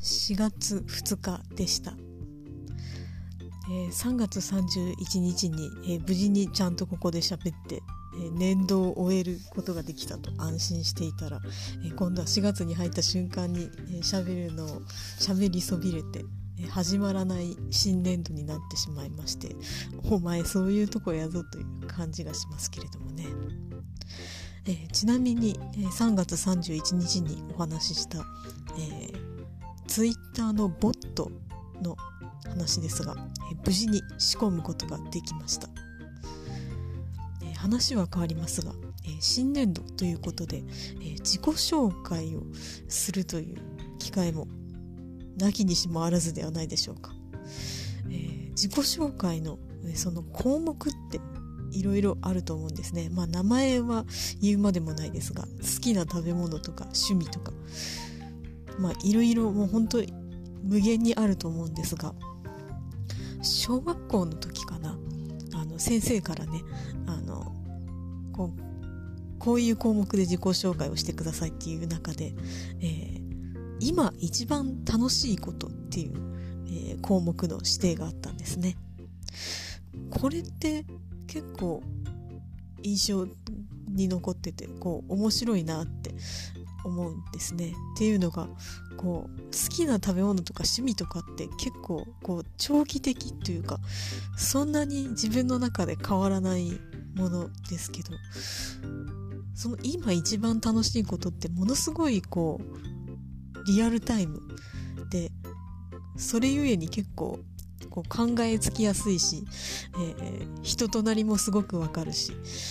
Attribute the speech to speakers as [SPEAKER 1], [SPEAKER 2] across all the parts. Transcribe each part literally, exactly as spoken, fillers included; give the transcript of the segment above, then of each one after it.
[SPEAKER 1] しがつふつかでした。えー、さんがつさんじゅういちにちに、えー、無事にちゃんとここで喋って、えー、年度を終えることができたと安心していたら、えー、今度はしがつに入った瞬間に、えー、喋るのを喋りそびれて、えー、始まらない新年度になってしまいまして、お前そういうとこやぞという感じがしますけれどもね。えー、ちなみに、えー、さんがつさんじゅういちにちにお話しした、えー、ツイッターのボットの話ですが、えー、無事に仕込むことができました。えー、話は変わりますが、えー、新年度ということで、えー、自己紹介をするという機会もなきにしもあらずではないでしょうか。えー、自己紹介の、えー、その項目っていろいろあると思うんですね。まあ名前は言うまでもないですが、好きな食べ物とか趣味とか、まあいろいろもう本当に無限にあると思うんですが、小学校の時かな、あの先生からね、あのこうこういう項目で自己紹介をしてくださいっていう中で、えー、今一番楽しいことっていう、えー、項目の指定があったんですね。これって結構印象に残ってて、こう面白いなって思うんですね。っていうのが、こう好きな食べ物とか趣味とかって結構こう長期的というか、そんなに自分の中で変わらないものですけど、その今一番楽しいことってものすごいこうリアルタイムで、それゆえに結構こう考えつきやすいし、えー、人となりもすごくわかるし、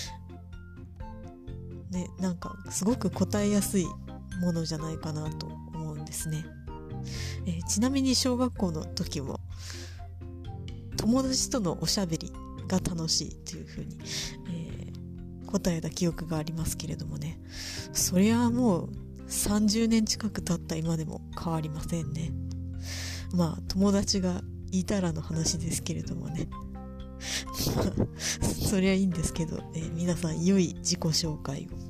[SPEAKER 1] ね、なんかすごく答えやすいものじゃないかなと思うんですね。えー、ちなみに小学校の時も友達とのおしゃべりが楽しいというふうに、えー、答えた記憶がありますけれどもね、そりゃもうさんじゅうねん近く経った今でも変わりませんね。まあ友達がいたらの話ですけれどもねそりゃいいんですけど、えー、皆さん良い自己紹介を